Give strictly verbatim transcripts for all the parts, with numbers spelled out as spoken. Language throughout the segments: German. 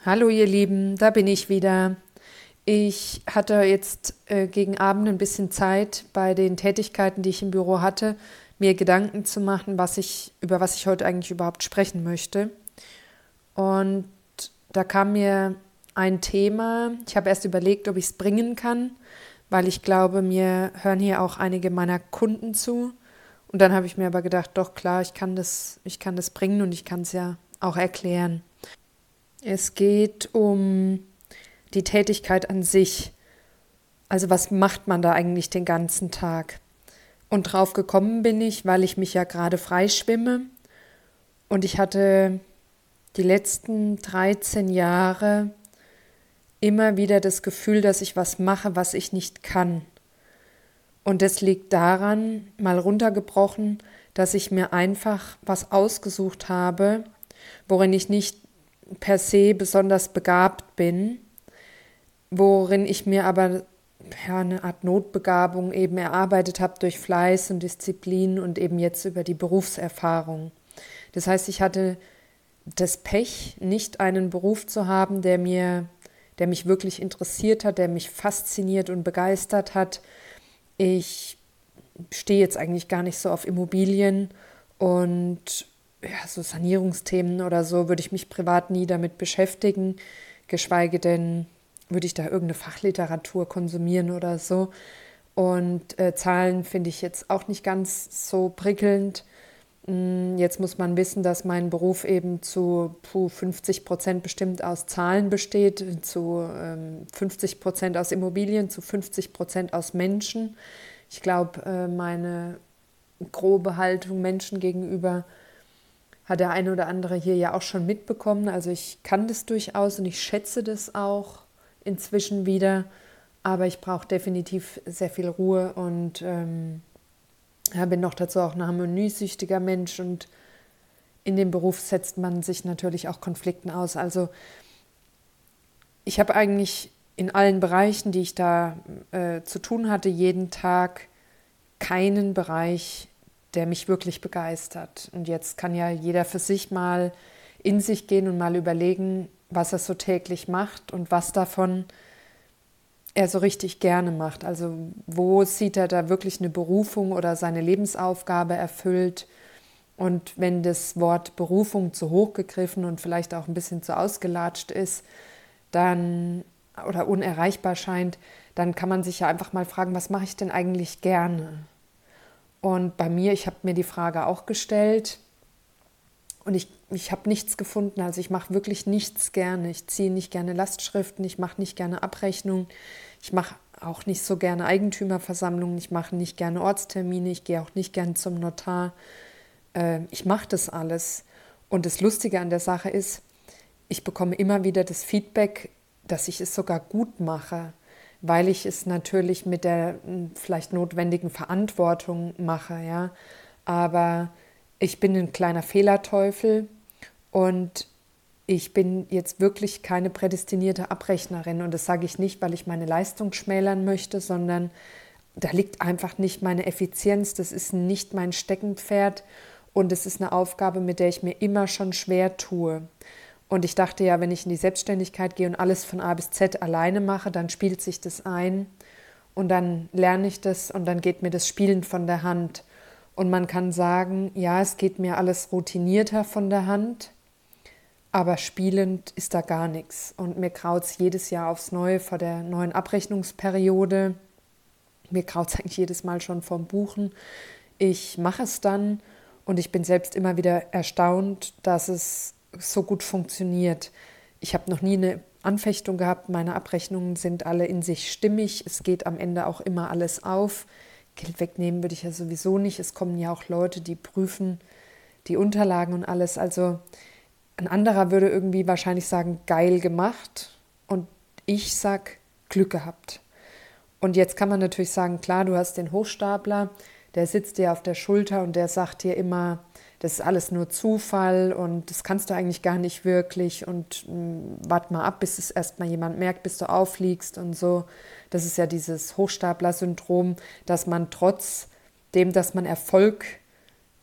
Hallo ihr Lieben, da bin ich wieder. Ich hatte jetzt äh, gegen Abend ein bisschen Zeit bei den Tätigkeiten, die ich im Büro hatte, mir Gedanken zu machen, was ich, über was ich heute eigentlich überhaupt sprechen möchte. Und da kam mir ein Thema. Ich habe erst überlegt, ob ich es bringen kann, weil ich glaube, mir hören hier auch einige meiner Kunden zu. Und dann habe ich mir aber gedacht, doch klar, ich kann das, ich kann das bringen und ich kann es ja auch erklären. Es geht um die Tätigkeit an sich. Also was macht man da eigentlich den ganzen Tag? Und drauf gekommen bin ich, weil ich mich ja gerade freischwimme und ich hatte die letzten dreizehn Jahre immer wieder das Gefühl, dass ich was mache, was ich nicht kann. Und das liegt daran, mal runtergebrochen, dass ich mir einfach was ausgesucht habe, worin ich nicht per se besonders begabt bin, worin ich mir aber ja, eine Art Notbegabung eben erarbeitet habe durch Fleiß und Disziplin und eben jetzt über die Berufserfahrung. Das heißt, ich hatte das Pech, nicht einen Beruf zu haben, der mir, der mich wirklich interessiert hat, der mich fasziniert und begeistert hat. Ich stehe jetzt eigentlich gar nicht so auf Immobilien und ja, so Sanierungsthemen oder so würde ich mich privat nie damit beschäftigen, geschweige denn würde ich da irgendeine Fachliteratur konsumieren oder so. Und äh, Zahlen finde ich jetzt auch nicht ganz so prickelnd. Jetzt muss man wissen, dass mein Beruf eben zu fünfzig Prozent bestimmt aus Zahlen besteht, zu ähm, fünfzig Prozent aus Immobilien, zu fünfzig Prozent aus Menschen. Ich glaube, äh, meine grobe Haltung Menschen gegenüber hat der eine oder andere hier ja auch schon mitbekommen. Also ich kann das durchaus und ich schätze das auch inzwischen wieder, aber ich brauche definitiv sehr viel Ruhe und ähm, ja, bin noch dazu auch ein harmoniesüchtiger Mensch und in dem Beruf setzt man sich natürlich auch Konflikten aus. Also ich habe eigentlich in allen Bereichen, die ich da äh, zu tun hatte, jeden Tag keinen Bereich, der mich wirklich begeistert. Und jetzt kann ja jeder für sich mal in sich gehen und mal überlegen, was er so täglich macht und was davon er so richtig gerne macht. Also wo sieht er da wirklich eine Berufung oder seine Lebensaufgabe erfüllt? Und wenn das Wort Berufung zu hoch gegriffen und vielleicht auch ein bisschen zu ausgelatscht ist, dann oder unerreichbar scheint, dann kann man sich ja einfach mal fragen, was mache ich denn eigentlich gerne? Und bei mir, ich habe mir die Frage auch gestellt und ich, ich habe nichts gefunden. Also ich mache wirklich nichts gerne. Ich ziehe nicht gerne Lastschriften, ich mache nicht gerne Abrechnungen, ich mache auch nicht so gerne Eigentümerversammlungen, ich mache nicht gerne Ortstermine, ich gehe auch nicht gerne zum Notar. Äh, ich mache das alles. Und das Lustige an der Sache ist, ich bekomme immer wieder das Feedback, dass ich es sogar gut mache, weil ich es natürlich mit der vielleicht notwendigen Verantwortung mache, ja. Aber ich bin ein kleiner Fehlerteufel und ich bin jetzt wirklich keine prädestinierte Abrechnerin. Und das sage ich nicht, weil ich meine Leistung schmälern möchte, sondern da liegt einfach nicht meine Effizienz. Das ist nicht mein Steckenpferd und es ist eine Aufgabe, mit der ich mir immer schon schwer tue. Und ich dachte ja, wenn ich in die Selbstständigkeit gehe und alles von A bis Z alleine mache, dann spielt sich das ein und dann lerne ich das und dann geht mir das Spielen von der Hand. Und man kann sagen, ja, es geht mir alles routinierter von der Hand, aber spielend ist da gar nichts. Und mir graut es jedes Jahr aufs Neue vor der neuen Abrechnungsperiode. Mir graut es eigentlich jedes Mal schon vom Buchen. Ich mache es dann und ich bin selbst immer wieder erstaunt, dass es so gut funktioniert. Ich habe noch nie eine Anfechtung gehabt, meine Abrechnungen sind alle in sich stimmig, es geht am Ende auch immer alles auf. Geld wegnehmen würde ich ja sowieso nicht, es kommen ja auch Leute, die prüfen die Unterlagen und alles. Also ein anderer würde irgendwie wahrscheinlich sagen, geil gemacht und ich sag, Glück gehabt. Und jetzt kann man natürlich sagen, klar, du hast den Hochstapler, der sitzt dir auf der Schulter und der sagt dir immer, das ist alles nur Zufall und das kannst du eigentlich gar nicht wirklich und mh, wart mal ab, bis es erstmal jemand merkt, bis du auffliegst und so. Das ist ja dieses Hochstapler-Syndrom, dass man trotz dem, dass man Erfolg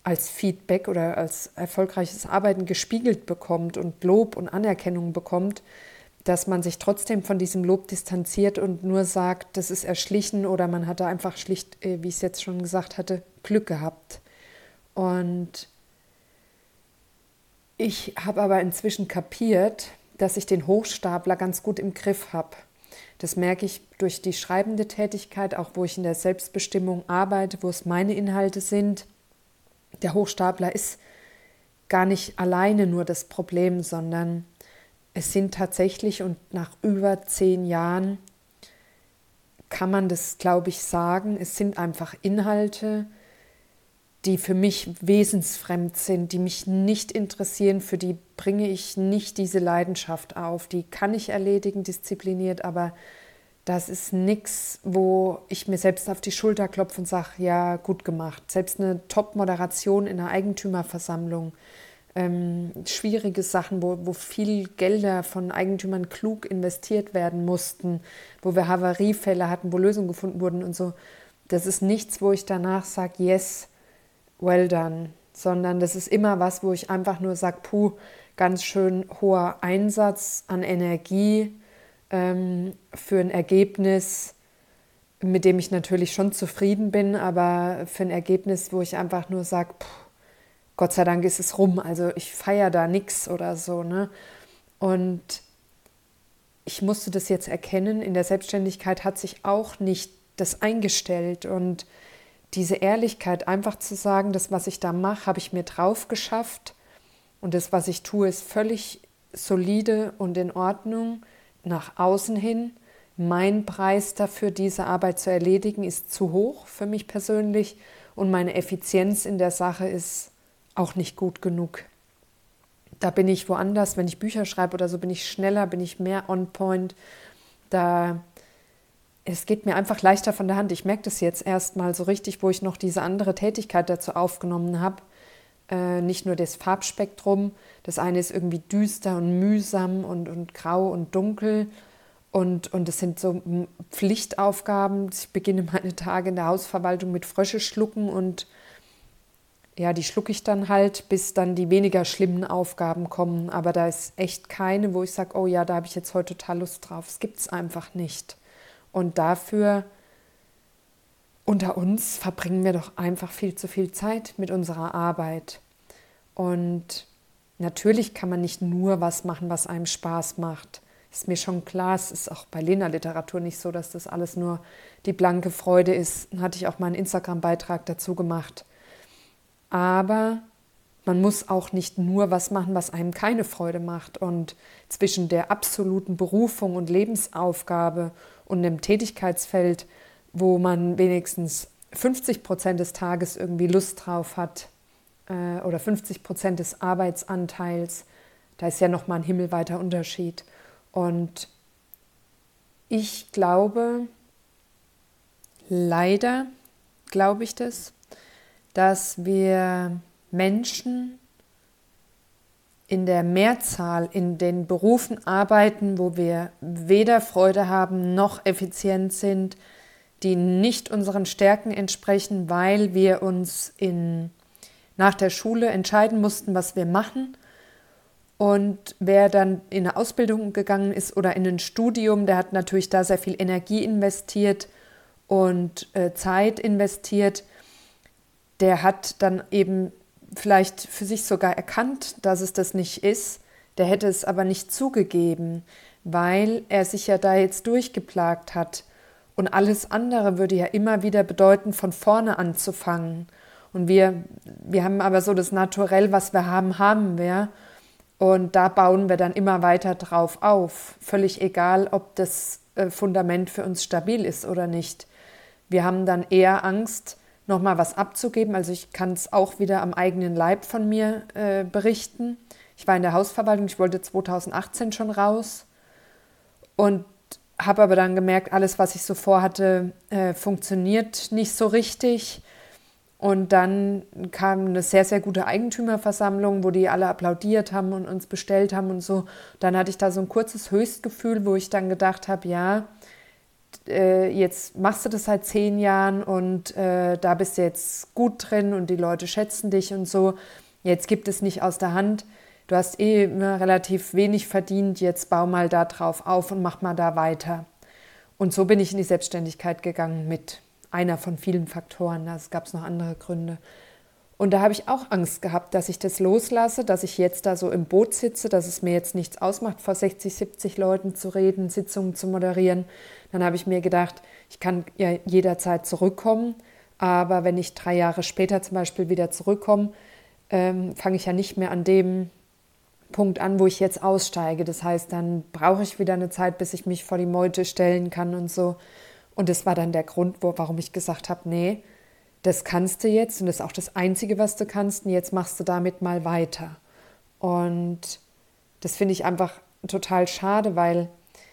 als Feedback oder als erfolgreiches Arbeiten gespiegelt bekommt und Lob und Anerkennung bekommt, dass man sich trotzdem von diesem Lob distanziert und nur sagt, das ist erschlichen oder man hatte einfach schlicht, wie ich es jetzt schon gesagt hatte, Glück gehabt. Und ich habe aber inzwischen kapiert, dass ich den Hochstapler ganz gut im Griff habe. Das merke ich durch die schreibende Tätigkeit, auch wo ich in der Selbstbestimmung arbeite, wo es meine Inhalte sind. Der Hochstapler ist gar nicht alleine nur das Problem, sondern es sind tatsächlich, und nach über zehn Jahren kann man das, glaube ich, sagen, es sind einfach Inhalte, die für mich wesensfremd sind, die mich nicht interessieren, für die bringe ich nicht diese Leidenschaft auf. Die kann ich erledigen, diszipliniert, aber das ist nichts, wo ich mir selbst auf die Schulter klopfe und sage, ja, gut gemacht. Selbst eine Top-Moderation in einer Eigentümerversammlung, ähm, schwierige Sachen, wo, wo viel Gelder von Eigentümern klug investiert werden mussten, wo wir Havariefälle hatten, wo Lösungen gefunden wurden und so. Das ist nichts, wo ich danach sage, yes, well done, sondern das ist immer was, wo ich einfach nur sage, puh, ganz schön hoher Einsatz an Energie ähm, für ein Ergebnis, mit dem ich natürlich schon zufrieden bin, aber für ein Ergebnis, wo ich einfach nur sage, Gott sei Dank ist es rum, also ich feiere da nichts oder so, ne? Und ich musste das jetzt erkennen, in der Selbstständigkeit hat sich auch nicht das eingestellt und diese Ehrlichkeit, einfach zu sagen, das, was ich da mache, habe ich mir drauf geschafft und das, was ich tue, ist völlig solide und in Ordnung nach außen hin. Mein Preis dafür, diese Arbeit zu erledigen, ist zu hoch für mich persönlich und meine Effizienz in der Sache ist auch nicht gut genug. Da bin ich woanders, wenn ich Bücher schreibe oder so, bin ich schneller, bin ich mehr on point. Da Es geht mir einfach leichter von der Hand. Ich merke das jetzt erst mal so richtig, wo ich noch diese andere Tätigkeit dazu aufgenommen habe. Äh, nicht nur das Farbspektrum. Das eine ist irgendwie düster und mühsam und, und grau und dunkel. Und, und das sind so Pflichtaufgaben. Ich beginne meine Tage in der Hausverwaltung mit Frösche schlucken und ja, die schlucke ich dann halt, bis dann die weniger schlimmen Aufgaben kommen. Aber da ist echt keine, wo ich sage, oh ja, da habe ich jetzt heute total Lust drauf. Das gibt es einfach nicht. Und dafür, unter uns, verbringen wir doch einfach viel zu viel Zeit mit unserer Arbeit. Und natürlich kann man nicht nur was machen, was einem Spaß macht. Ist mir schon klar, es ist auch bei Lena-Literatur nicht so, dass das alles nur die blanke Freude ist. Dann hatte ich auch mal einen Instagram-Beitrag dazu gemacht. Aber man muss auch nicht nur was machen, was einem keine Freude macht. Und zwischen der absoluten Berufung und Lebensaufgabe und einem Tätigkeitsfeld, wo man wenigstens fünfzig Prozent des Tages irgendwie Lust drauf hat äh, oder fünfzig Prozent des Arbeitsanteils, da ist ja nochmal ein himmelweiter Unterschied. Und ich glaube, leider glaube ich das, dass wir Menschen in der Mehrzahl in den Berufen arbeiten, wo wir weder Freude haben noch effizient sind, die nicht unseren Stärken entsprechen, weil wir uns in, nach der Schule entscheiden mussten, was wir machen. Und wer dann in eine Ausbildung gegangen ist oder in ein Studium, der hat natürlich da sehr viel Energie investiert und äh, Zeit investiert. Der hat dann eben vielleicht für sich sogar erkannt, dass es das nicht ist. Der hätte es aber nicht zugegeben, weil er sich ja da jetzt durchgeplagt hat. Und alles andere würde ja immer wieder bedeuten, von vorne anzufangen. Und wir, wir haben aber so das Naturell, was wir haben, haben wir. Und da bauen wir dann immer weiter drauf auf. Völlig egal, ob das Fundament für uns stabil ist oder nicht. Wir haben dann eher Angst, nochmal was abzugeben. Also ich kann es auch wieder am eigenen Leib von mir äh, berichten. Ich war in der Hausverwaltung, ich wollte zweitausendachtzehn schon raus und habe aber dann gemerkt, alles, was ich so vorhatte, äh, funktioniert nicht so richtig. Und dann kam eine sehr, sehr gute Eigentümerversammlung, wo die alle applaudiert haben und uns bestellt haben und so. Dann hatte ich da so ein kurzes Höchstgefühl, wo ich dann gedacht habe, ja, äh, jetzt machst du das seit zehn Jahren und äh, da bist du jetzt gut drin und die Leute schätzen dich und so. Jetzt gibt es nicht aus der Hand. Du hast eh immer relativ wenig verdient, jetzt bau mal da drauf auf und mach mal da weiter. Und so bin ich in die Selbstständigkeit gegangen mit einer von vielen Faktoren. Es gab noch andere Gründe. Und da habe ich auch Angst gehabt, dass ich das loslasse, dass ich jetzt da so im Boot sitze, dass es mir jetzt nichts ausmacht, vor sechzig, siebzig Leuten zu reden, Sitzungen zu moderieren. Dann habe ich mir gedacht, ich kann ja jederzeit zurückkommen, aber wenn ich drei Jahre später zum Beispiel wieder zurückkomme, ähm, fange ich ja nicht mehr an dem Punkt an, wo ich jetzt aussteige. Das heißt, dann brauche ich wieder eine Zeit, bis ich mich vor die Meute stellen kann und so. Und das war dann der Grund, wo, warum ich gesagt habe, nee, das kannst du jetzt und das ist auch das Einzige, was du kannst und jetzt machst du damit mal weiter. Und das finde ich einfach total schade, weil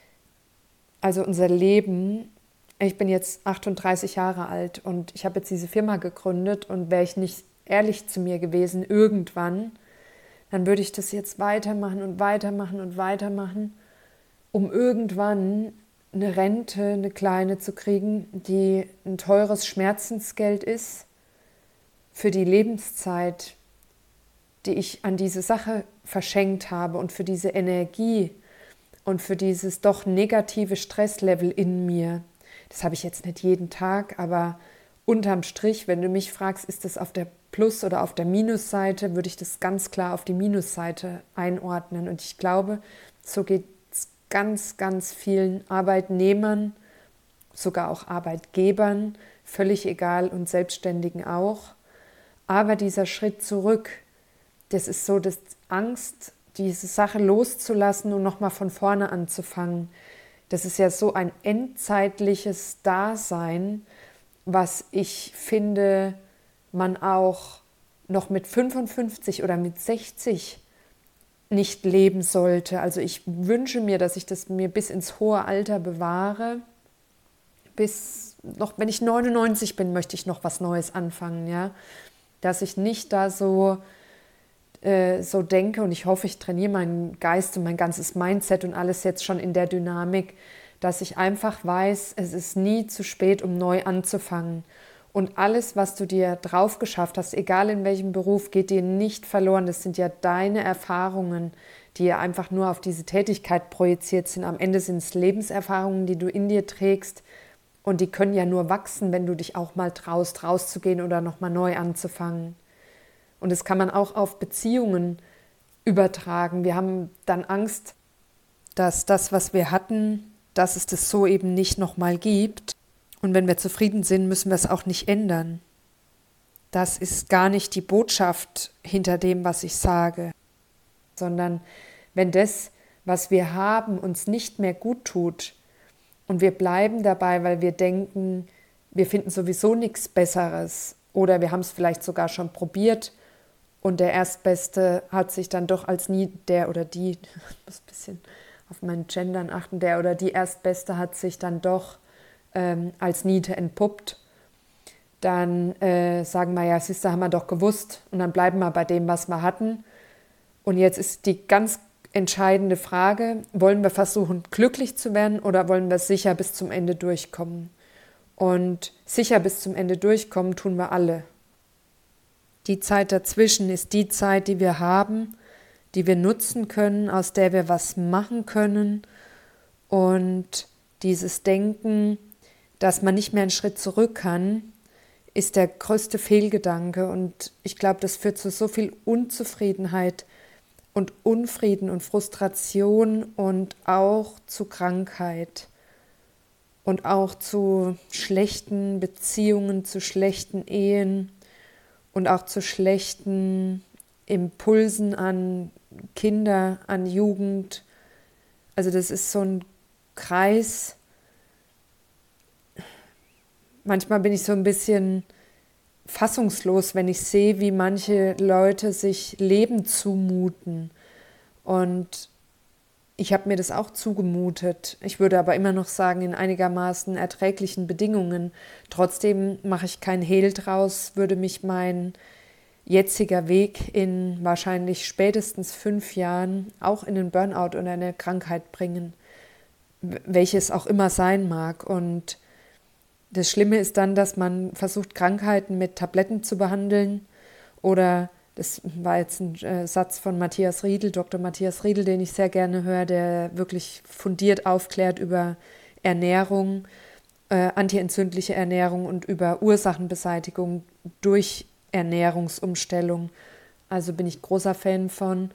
also unser Leben, ich bin jetzt achtunddreißig Jahre alt und ich habe jetzt diese Firma gegründet und wäre ich nicht ehrlich zu mir gewesen irgendwann, dann würde ich das jetzt weitermachen und weitermachen und weitermachen, um irgendwann eine Rente, eine kleine zu kriegen, die ein teures Schmerzensgeld ist für die Lebenszeit, die ich an diese Sache verschenkt habe und für diese Energie und für dieses doch negative Stresslevel in mir. Das habe ich jetzt nicht jeden Tag, aber unterm Strich, wenn du mich fragst, ist das auf der Plus- oder auf der Minusseite, würde ich das ganz klar auf die Minusseite einordnen. Und ich glaube, so geht es ganz, ganz vielen Arbeitnehmern, sogar auch Arbeitgebern, völlig egal und Selbstständigen auch. Aber dieser Schritt zurück, das ist so, dass Angst, diese Sache loszulassen und nochmal von vorne anzufangen. Das ist ja so ein endzeitliches Dasein, was ich finde, man auch noch mit fünfundfünfzig oder mit sechzig nicht leben sollte. Also ich wünsche mir, dass ich das mir bis ins hohe Alter bewahre. Bis noch, wenn ich neunundneunzig bin, möchte ich noch was Neues anfangen, ja. Dass ich nicht da so, äh, so denke und ich hoffe, ich trainiere meinen Geist und mein ganzes Mindset und alles jetzt schon in der Dynamik, dass ich einfach weiß, es ist nie zu spät, um neu anzufangen. Und alles, was du dir drauf geschafft hast, egal in welchem Beruf, geht dir nicht verloren. Das sind ja deine Erfahrungen, die ja einfach nur auf diese Tätigkeit projiziert sind. Am Ende sind es Lebenserfahrungen, die du in dir trägst. Und die können ja nur wachsen, wenn du dich auch mal traust, rauszugehen oder nochmal neu anzufangen. Und das kann man auch auf Beziehungen übertragen. Wir haben dann Angst, dass das, was wir hatten, dass es das so eben nicht nochmal gibt. Und wenn wir zufrieden sind, müssen wir es auch nicht ändern. Das ist gar nicht die Botschaft hinter dem, was ich sage, sondern wenn das, was wir haben, uns nicht mehr gut tut und wir bleiben dabei, weil wir denken, wir finden sowieso nichts Besseres oder wir haben es vielleicht sogar schon probiert und der Erstbeste hat sich dann doch als nie, der oder die, ich muss ein bisschen auf meinen Gendern achten, der oder die Erstbeste hat sich dann doch ähm, als Niete entpuppt, dann äh, sagen wir, ja, siehst du, haben wir doch gewusst und dann bleiben wir bei dem, was wir hatten. Und jetzt ist die ganz entscheidende Frage, wollen wir versuchen, glücklich zu werden oder wollen wir sicher bis zum Ende durchkommen? Und sicher bis zum Ende durchkommen tun wir alle. Die Zeit dazwischen ist die Zeit, die wir haben, die wir nutzen können, aus der wir was machen können. Und dieses Denken, dass man nicht mehr einen Schritt zurück kann, ist der größte Fehlgedanke. Und ich glaube, das führt zu so viel Unzufriedenheit und Unfrieden und Frustration und auch zu Krankheit und auch zu schlechten Beziehungen, zu schlechten Ehen und auch zu schlechten Impulsen an Kinder, an Jugend. Also das ist so ein Kreis. Manchmal bin ich so ein bisschen fassungslos, wenn ich sehe, wie manche Leute sich Leben zumuten. Und ich habe mir das auch zugemutet. Ich würde aber immer noch sagen, in einigermaßen erträglichen Bedingungen. Trotzdem mache ich kein Hehl draus, würde mich mein jetziger Weg in wahrscheinlich spätestens fünf Jahren auch in einen Burnout oder eine Krankheit bringen. welches auch immer sein mag. Und das Schlimme ist dann, dass man versucht, Krankheiten mit Tabletten zu behandeln. Oder, das war jetzt ein äh, Satz von Matthias Riedel, Doktor Matthias Riedel, den ich sehr gerne höre, der wirklich fundiert aufklärt über Ernährung, äh, antientzündliche Ernährung und über Ursachenbeseitigung durch Ernährungsumstellung. Also bin ich großer Fan von.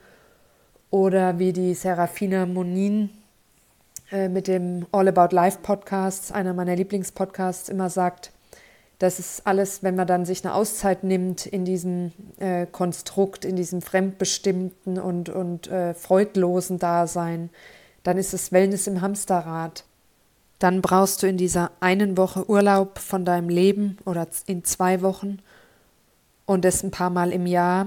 Oder wie die Serafina Monin äh, mit dem All About Life Podcast, einer meiner Lieblingspodcasts, immer sagt, das ist alles, wenn man dann sich eine Auszeit nimmt in diesem äh, Konstrukt, in diesem fremdbestimmten und, und äh, freudlosen Dasein, dann ist es Wellness im Hamsterrad. Dann brauchst du in dieser einen Woche Urlaub von deinem Leben oder in zwei Wochen und das ein paar Mal im Jahr.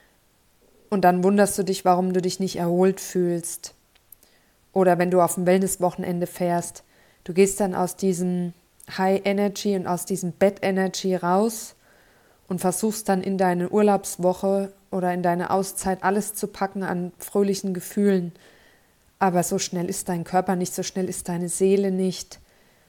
Und dann wunderst du dich, warum du dich nicht erholt fühlst. Oder wenn du auf ein Wellness-Wochenende fährst, du gehst dann aus diesem High Energy und aus diesem Bad Energy raus und versuchst dann in deine Urlaubswoche oder in deine Auszeit alles zu packen an fröhlichen Gefühlen. Aber so schnell ist dein Körper nicht, so schnell ist deine Seele nicht.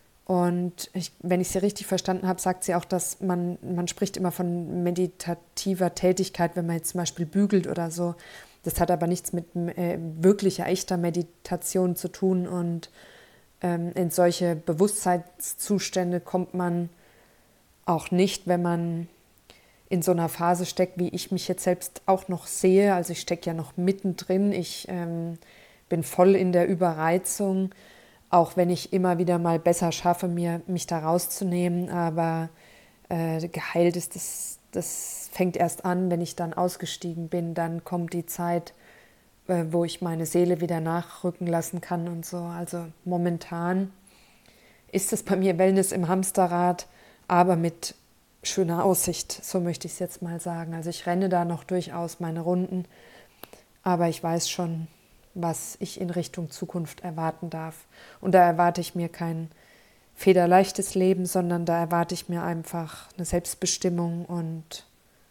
Und ich, wenn ich sie richtig verstanden habe, sagt sie auch, dass man, man spricht immer von meditativer Tätigkeit, wenn man jetzt zum Beispiel bügelt oder so. Das hat aber nichts mit äh, wirklicher, echter Meditation zu tun. Und ähm, in solche Bewusstseinszustände kommt man auch nicht, wenn man in so einer Phase steckt, wie ich mich jetzt selbst auch noch sehe. Also ich stecke ja noch mittendrin. Ich ähm, bin voll in der Überreizung. Auch wenn ich immer wieder mal besser schaffe, mir, mich da rauszunehmen, aber äh, geheilt ist, das, das fängt erst an, wenn ich dann ausgestiegen bin. Dann kommt die Zeit, äh, wo ich meine Seele wieder nachrücken lassen kann und so. Also momentan ist es bei mir Wellness im Hamsterrad, aber mit schöner Aussicht, so möchte ich es jetzt mal sagen. Also ich renne da noch durchaus meine Runden, aber ich weiß schon, was ich in Richtung Zukunft erwarten darf. Und da erwarte ich mir kein federleichtes Leben, sondern da erwarte ich mir einfach eine Selbstbestimmung und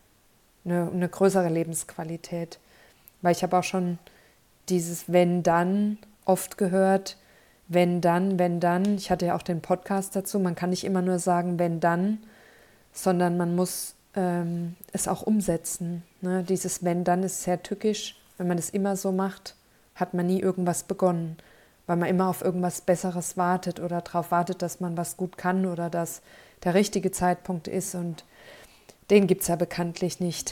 eine, eine größere Lebensqualität. Weil ich habe auch schon dieses Wenn-Dann oft gehört, wenn dann, wenn dann. Ich hatte ja auch den Podcast dazu, man kann nicht immer nur sagen, wenn dann, sondern man muss ähm, es auch umsetzen. Ne? Dieses Wenn dann ist sehr tückisch, wenn man es immer so macht, hat man nie irgendwas begonnen, weil man immer auf irgendwas Besseres wartet oder darauf wartet, dass man was gut kann oder dass der richtige Zeitpunkt ist und den gibt es ja bekanntlich nicht.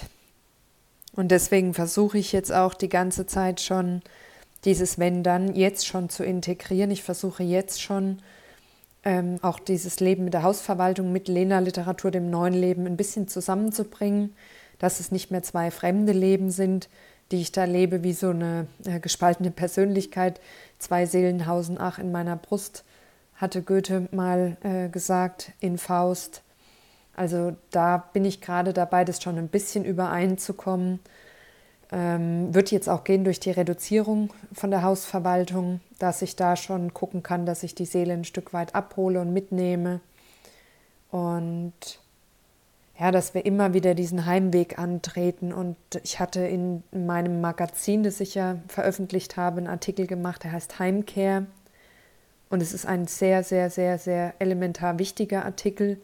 Und deswegen versuche ich jetzt auch die ganze Zeit schon dieses Wenn-Dann jetzt schon zu integrieren. Ich versuche jetzt schon ähm, auch dieses Leben mit der Hausverwaltung, mit Lena-Literatur, dem neuen Leben ein bisschen zusammenzubringen, dass es nicht mehr zwei fremde Leben sind, die ich da lebe, wie so eine äh, gespaltene Persönlichkeit. Zwei Seelen hausen ach in meiner Brust, hatte Goethe mal äh, gesagt in Faust. Also da bin ich gerade dabei, das schon ein bisschen übereinzukommen. Ähm, wird jetzt auch gehen durch die Reduzierung von der Hausverwaltung, dass ich da schon gucken kann, dass ich die Seele ein Stück weit abhole und mitnehme. Und ja, dass wir immer wieder diesen Heimweg antreten. Und ich hatte in meinem Magazin, das ich ja veröffentlicht habe, einen Artikel gemacht, der heißt Heimkehr. Und es ist ein sehr, sehr, sehr, sehr elementar wichtiger Artikel.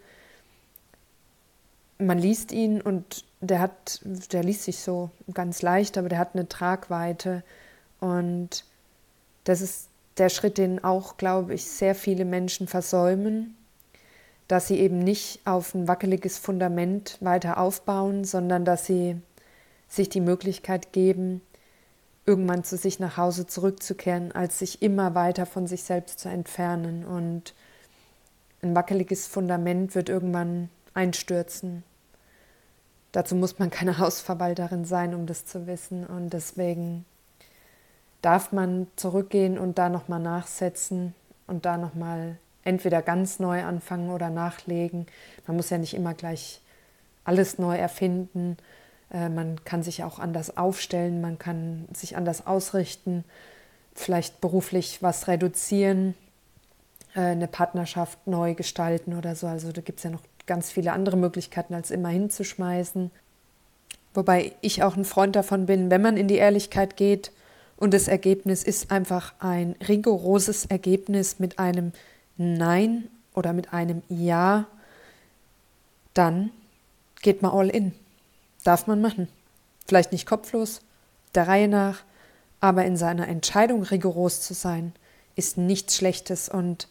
Man liest ihn und der hat, der liest sich so ganz leicht, aber der hat eine Tragweite. Und das ist der Schritt, den auch, glaube ich, sehr viele Menschen versäumen, dass sie eben nicht auf ein wackeliges Fundament weiter aufbauen, sondern dass sie sich die Möglichkeit geben, irgendwann zu sich nach Hause zurückzukehren, als sich immer weiter von sich selbst zu entfernen. Und ein wackeliges Fundament wird irgendwann einstürzen. Dazu muss man keine Hausverwalterin sein, um das zu wissen. Und deswegen darf man zurückgehen und da nochmal nachsetzen und da nochmal entweder ganz neu anfangen oder nachlegen. Man muss ja nicht immer gleich alles neu erfinden. Äh, man kann sich auch anders aufstellen, man kann sich anders ausrichten, vielleicht beruflich was reduzieren, äh, eine Partnerschaft neu gestalten oder so. Also da gibt es ja noch ganz viele andere Möglichkeiten, als immer hinzuschmeißen. Wobei ich auch ein Freund davon bin, wenn man in die Ehrlichkeit geht und das Ergebnis ist einfach ein rigoroses Ergebnis mit einem Nein oder mit einem Ja, dann geht man all in. Darf man machen. Vielleicht nicht kopflos, der Reihe nach, aber in seiner Entscheidung rigoros zu sein, ist nichts Schlechtes. Und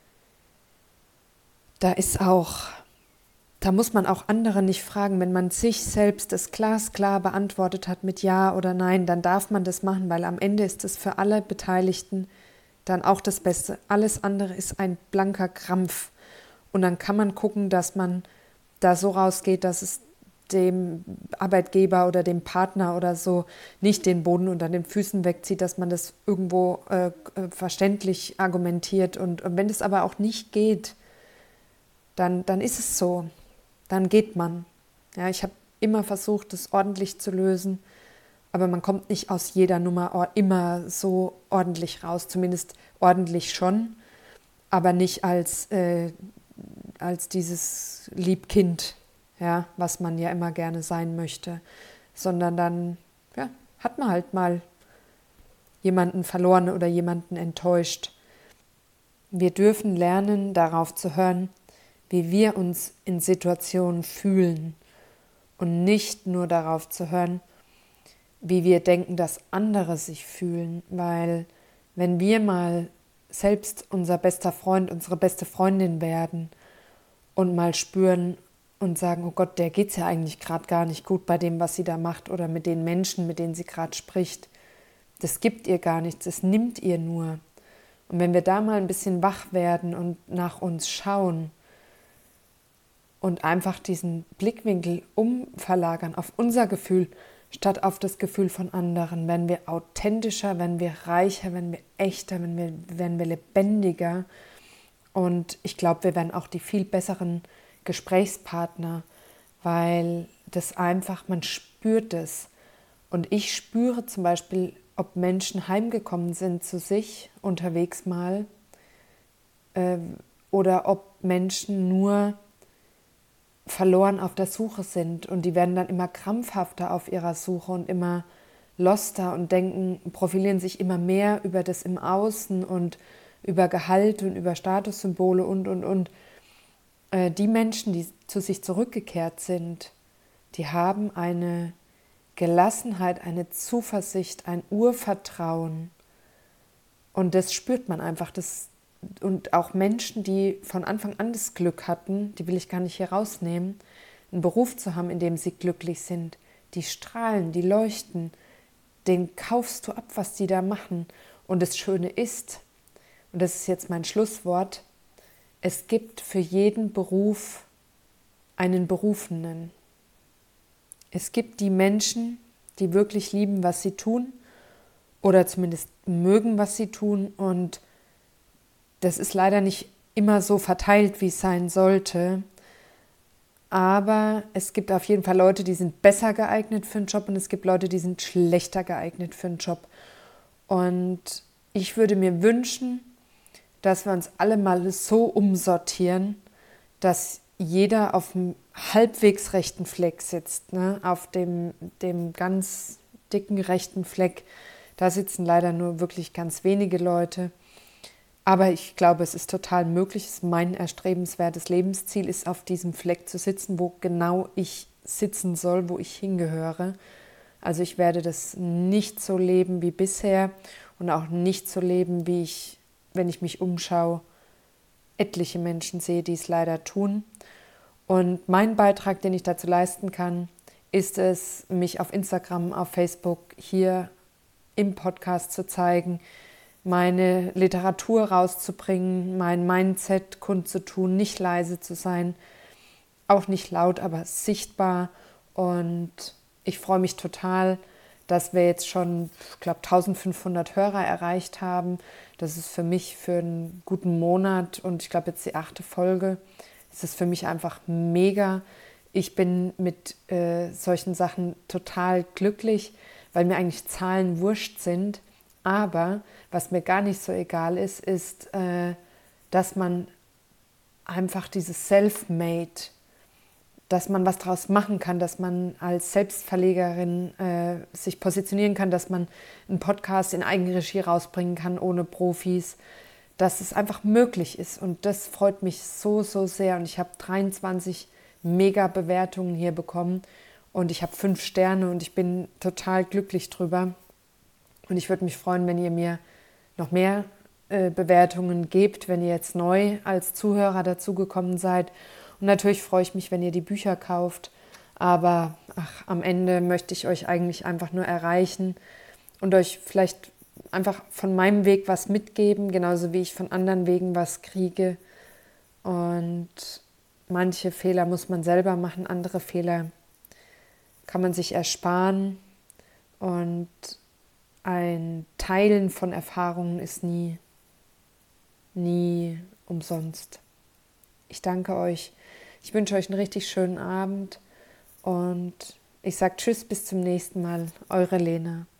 da ist auch, da muss man auch andere nicht fragen. Wenn man sich selbst das glasklar beantwortet hat mit Ja oder Nein, dann darf man das machen, weil am Ende ist es für alle Beteiligten dann auch das Beste. Alles andere ist ein blanker Krampf. Und dann kann man gucken, dass man da so rausgeht, dass es dem Arbeitgeber oder dem Partner oder so nicht den Boden unter den Füßen wegzieht, dass man das irgendwo äh, verständlich argumentiert. Und, und wenn es aber auch nicht geht, dann, dann ist es so. Dann geht man. Ja, ich habe immer versucht, das ordentlich zu lösen, aber man kommt nicht aus jeder Nummer immer so ordentlich raus, zumindest ordentlich schon, aber nicht als, äh, als dieses Liebkind, ja, was man ja immer gerne sein möchte, sondern dann ja, hat man halt mal jemanden verloren oder jemanden enttäuscht. Wir dürfen lernen, darauf zu hören, wie wir uns in Situationen fühlen und nicht nur darauf zu hören, wie wir denken, dass andere sich fühlen, weil wenn wir mal selbst unser bester Freund, unsere beste Freundin werden und mal spüren und sagen, oh Gott, der geht's ja eigentlich gerade gar nicht gut bei dem, was sie da macht oder mit den Menschen, mit denen sie gerade spricht. Das gibt ihr gar nichts, es nimmt ihr nur. Und wenn wir da mal ein bisschen wach werden und nach uns schauen und einfach diesen Blickwinkel umverlagern auf unser Gefühl, statt auf das Gefühl von anderen, werden wir authentischer, werden wir reicher, werden wir echter, werden wir, werden wir lebendiger. Und ich glaube, wir werden auch die viel besseren Gesprächspartner, weil das einfach, man spürt es. Und ich spüre zum Beispiel, ob Menschen heimgekommen sind zu sich unterwegs mal äh, oder ob Menschen nur verloren auf der Suche sind und die werden dann immer krampfhafter auf ihrer Suche und immer loster und denken, profilieren sich immer mehr über das im Außen und über Gehalt und über Statussymbole und, und, und. Äh, die Menschen, die zu sich zurückgekehrt sind, die haben eine Gelassenheit, eine Zuversicht, ein Urvertrauen und das spürt man einfach, das und auch Menschen, die von Anfang an das Glück hatten, die will ich gar nicht hier rausnehmen, einen Beruf zu haben, in dem sie glücklich sind, die strahlen, die leuchten, den kaufst du ab, was die da machen. Und das Schöne ist, und das ist jetzt mein Schlusswort, es gibt für jeden Beruf einen Berufenen. Es gibt die Menschen, die wirklich lieben, was sie tun oder zumindest mögen, was sie tun und das ist leider nicht immer so verteilt, wie es sein sollte, aber es gibt auf jeden Fall Leute, die sind besser geeignet für einen Job und es gibt Leute, die sind schlechter geeignet für einen Job. Und ich würde mir wünschen, dass wir uns alle mal so umsortieren, dass jeder auf dem halbwegs rechten Fleck sitzt, ne? Auf dem, dem ganz dicken rechten Fleck, da sitzen leider nur wirklich ganz wenige Leute. Aber ich glaube, es ist total möglich, es ist mein erstrebenswertes Lebensziel, ist auf diesem Fleck zu sitzen, wo genau ich sitzen soll, wo ich hingehöre. Also ich werde das nicht so leben wie bisher und auch nicht so leben, wie ich, wenn ich mich umschaue, etliche Menschen sehe, die es leider tun. Und mein Beitrag, den ich dazu leisten kann, ist es, mich auf Instagram, auf Facebook, hier im Podcast zu zeigen, meine Literatur rauszubringen, mein Mindset kundzutun, nicht leise zu sein, auch nicht laut, aber sichtbar. Und ich freue mich total, dass wir jetzt schon, ich glaube, eintausendfünfhundert Hörer erreicht haben. Das ist für mich für einen guten Monat und ich glaube jetzt die achte Folge. Es ist für mich einfach mega. Ich bin mit äh, solchen Sachen total glücklich, weil mir eigentlich Zahlen wurscht sind. Aber was mir gar nicht so egal ist, ist, äh, dass man einfach dieses Self-Made, dass man was draus machen kann, dass man als Selbstverlegerin äh, sich positionieren kann, dass man einen Podcast in Eigenregie rausbringen kann, ohne Profis, dass es einfach möglich ist. Und das freut mich so, so sehr. Und ich habe dreiundzwanzig Mega-Bewertungen hier bekommen und ich habe fünf Sterne und ich bin total glücklich drüber. Und ich würde mich freuen, wenn ihr mir noch mehr äh, Bewertungen gebt, wenn ihr jetzt neu als Zuhörer dazugekommen seid. Und natürlich freue ich mich, wenn ihr die Bücher kauft. Aber ach, am Ende möchte ich euch eigentlich einfach nur erreichen und euch vielleicht einfach von meinem Weg was mitgeben, genauso wie ich von anderen Wegen was kriege. Und manche Fehler muss man selber machen, andere Fehler kann man sich ersparen. Und ein Teilen von Erfahrungen ist nie, nie umsonst. Ich danke euch. Ich wünsche euch einen richtig schönen Abend und ich sage Tschüss, bis zum nächsten Mal. Eure Lena.